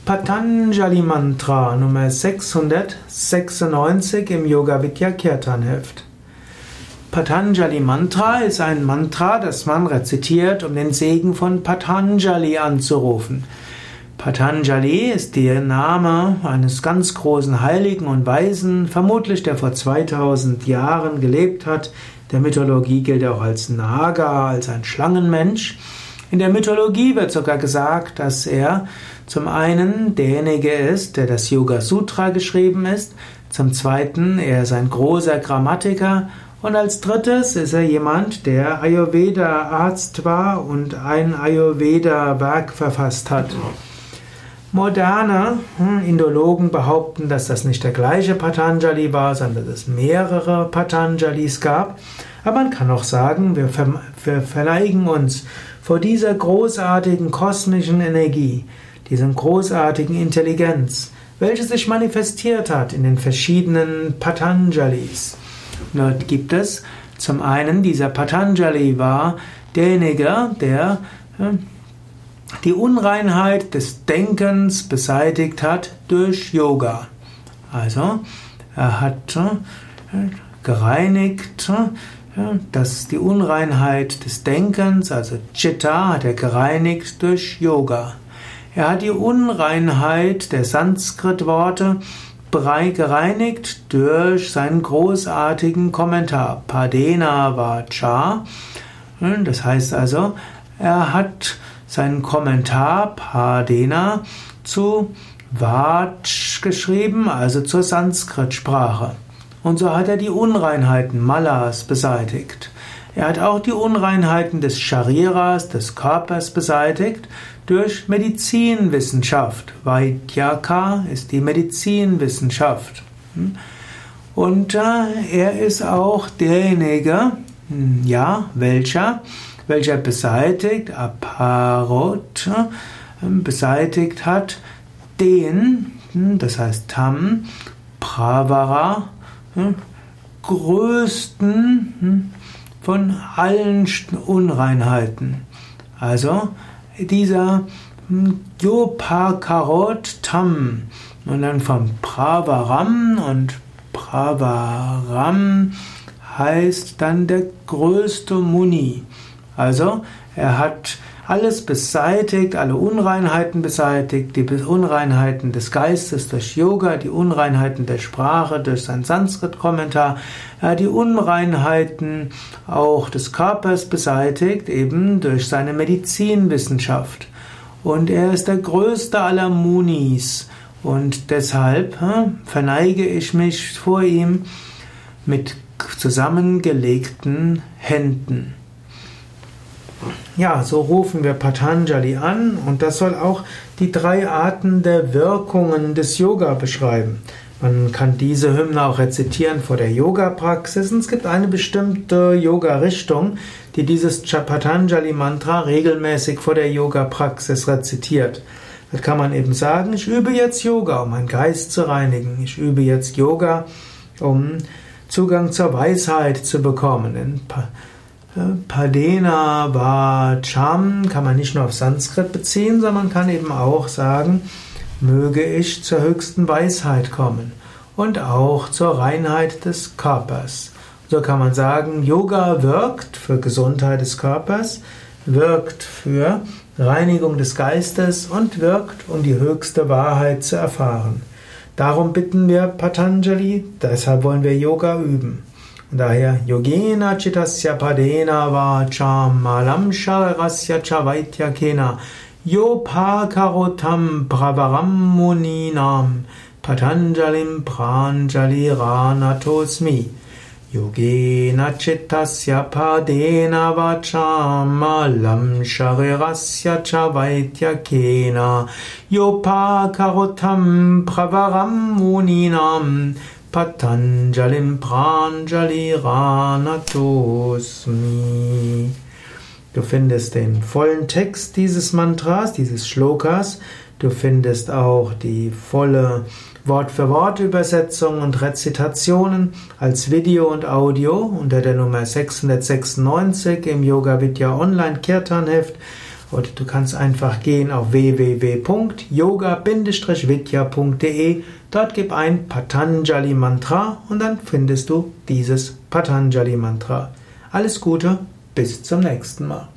Patanjali Mantra Nummer 696 im Yoga Vidya Kirtan Heft. Patanjali Mantra ist ein Mantra, das man rezitiert, um den Segen von Patanjali anzurufen. Patanjali ist der Name eines ganz großen Heiligen und Weisen, vermutlich der vor 2000 Jahren gelebt hat. Der Mythologie gilt er auch als Naga, als ein Schlangenmensch. In der Mythologie wird sogar gesagt, dass er zum einen derjenige ist, der das Yoga Sutra geschrieben ist, zum zweiten er ist ein großer Grammatiker und als drittes ist er jemand, der Ayurveda-Arzt war und ein Ayurveda-Werk verfasst hat. Moderne Indologen behaupten, dass das nicht der gleiche Patanjali war, sondern dass es mehrere Patanjalis gab. Aber man kann auch sagen, wir verneigen uns vor dieser großartigen kosmischen Energie, dieser großartigen Intelligenz, welche sich manifestiert hat in den verschiedenen Patanjalis. Dort gibt es zum einen, dieser Patanjali war derjenige, der die Unreinheit des Denkens beseitigt hat durch Yoga. Also, er hat gereinigt, dass die Unreinheit des Denkens, also Chitta, hat er gereinigt durch Yoga. Er hat die Unreinheit der Sanskrit-Worte gereinigt durch seinen großartigen Kommentar. Padena Vacha. Das heißt also, er hat seinen Kommentar Padena zu Vach geschrieben, also zur Sanskrit-Sprache. Und so hat er die Unreinheiten Malas beseitigt. Er hat auch die Unreinheiten des Shariras, des Körpers beseitigt, durch Medizinwissenschaft. Vaidyaka ist die Medizinwissenschaft. Und er ist auch derjenige, welcher beseitigt, Aparot, beseitigt hat, das heißt Tam, Pravara, größten von allen Unreinheiten. Also dieser Yopakarot Tam und dann vom Pravaram und Pravaram heißt dann der größte Muni. Also er hat alles beseitigt, alle Unreinheiten beseitigt, die Unreinheiten des Geistes durch Yoga, die Unreinheiten der Sprache durch sein Sanskrit-Kommentar, die Unreinheiten auch des Körpers beseitigt, eben durch seine Medizinwissenschaft. Und er ist der größte aller Munis und deshalb verneige ich mich vor ihm mit zusammengelegten Händen. Ja, so rufen wir Patanjali an und das soll auch die 3 Arten der Wirkungen des Yoga beschreiben. Man kann diese Hymne auch rezitieren vor der Yoga-Praxis und es gibt eine bestimmte Yoga-Richtung, die dieses Patanjali-Mantra regelmäßig vor der Yoga-Praxis rezitiert. Da kann man eben sagen, ich übe jetzt Yoga, um meinen Geist zu reinigen. Ich übe jetzt Yoga, um Zugang zur Weisheit zu bekommen. Padena Vacham kann man nicht nur auf Sanskrit beziehen, sondern man kann eben auch sagen, möge ich zur höchsten Weisheit kommen und auch zur Reinheit des Körpers. So kann man sagen, Yoga wirkt für Gesundheit des Körpers, wirkt für Reinigung des Geistes und wirkt, um die höchste Wahrheit zu erfahren. Darum bitten wir Patanjali, deshalb wollen wir Yoga üben. Daher Yogena Chittasya Padena Vacham Malam Sharasya Chavaitya Yopakarotam Pravaram Muninam Patanjalim Pranjali Ranatosmi. Yogena Chittasya Padena Vacham Malam Sharasya Chavaitya Yopakarotam Pravaram Muninam Patanjalim Pranjali Ranatosmi. Du findest den vollen Text dieses Mantras, dieses Shlokas. Du findest auch die volle Wort-für-Wort-Übersetzung und Rezitationen als Video und Audio unter der Nummer 696 im Yoga Vidya Online Kirtan Heft Oder du kannst einfach gehen auf www.yoga-vidya.de. Dort gib ein Patanjali Mantra und dann findest du dieses Patanjali Mantra. Alles Gute, bis zum nächsten Mal.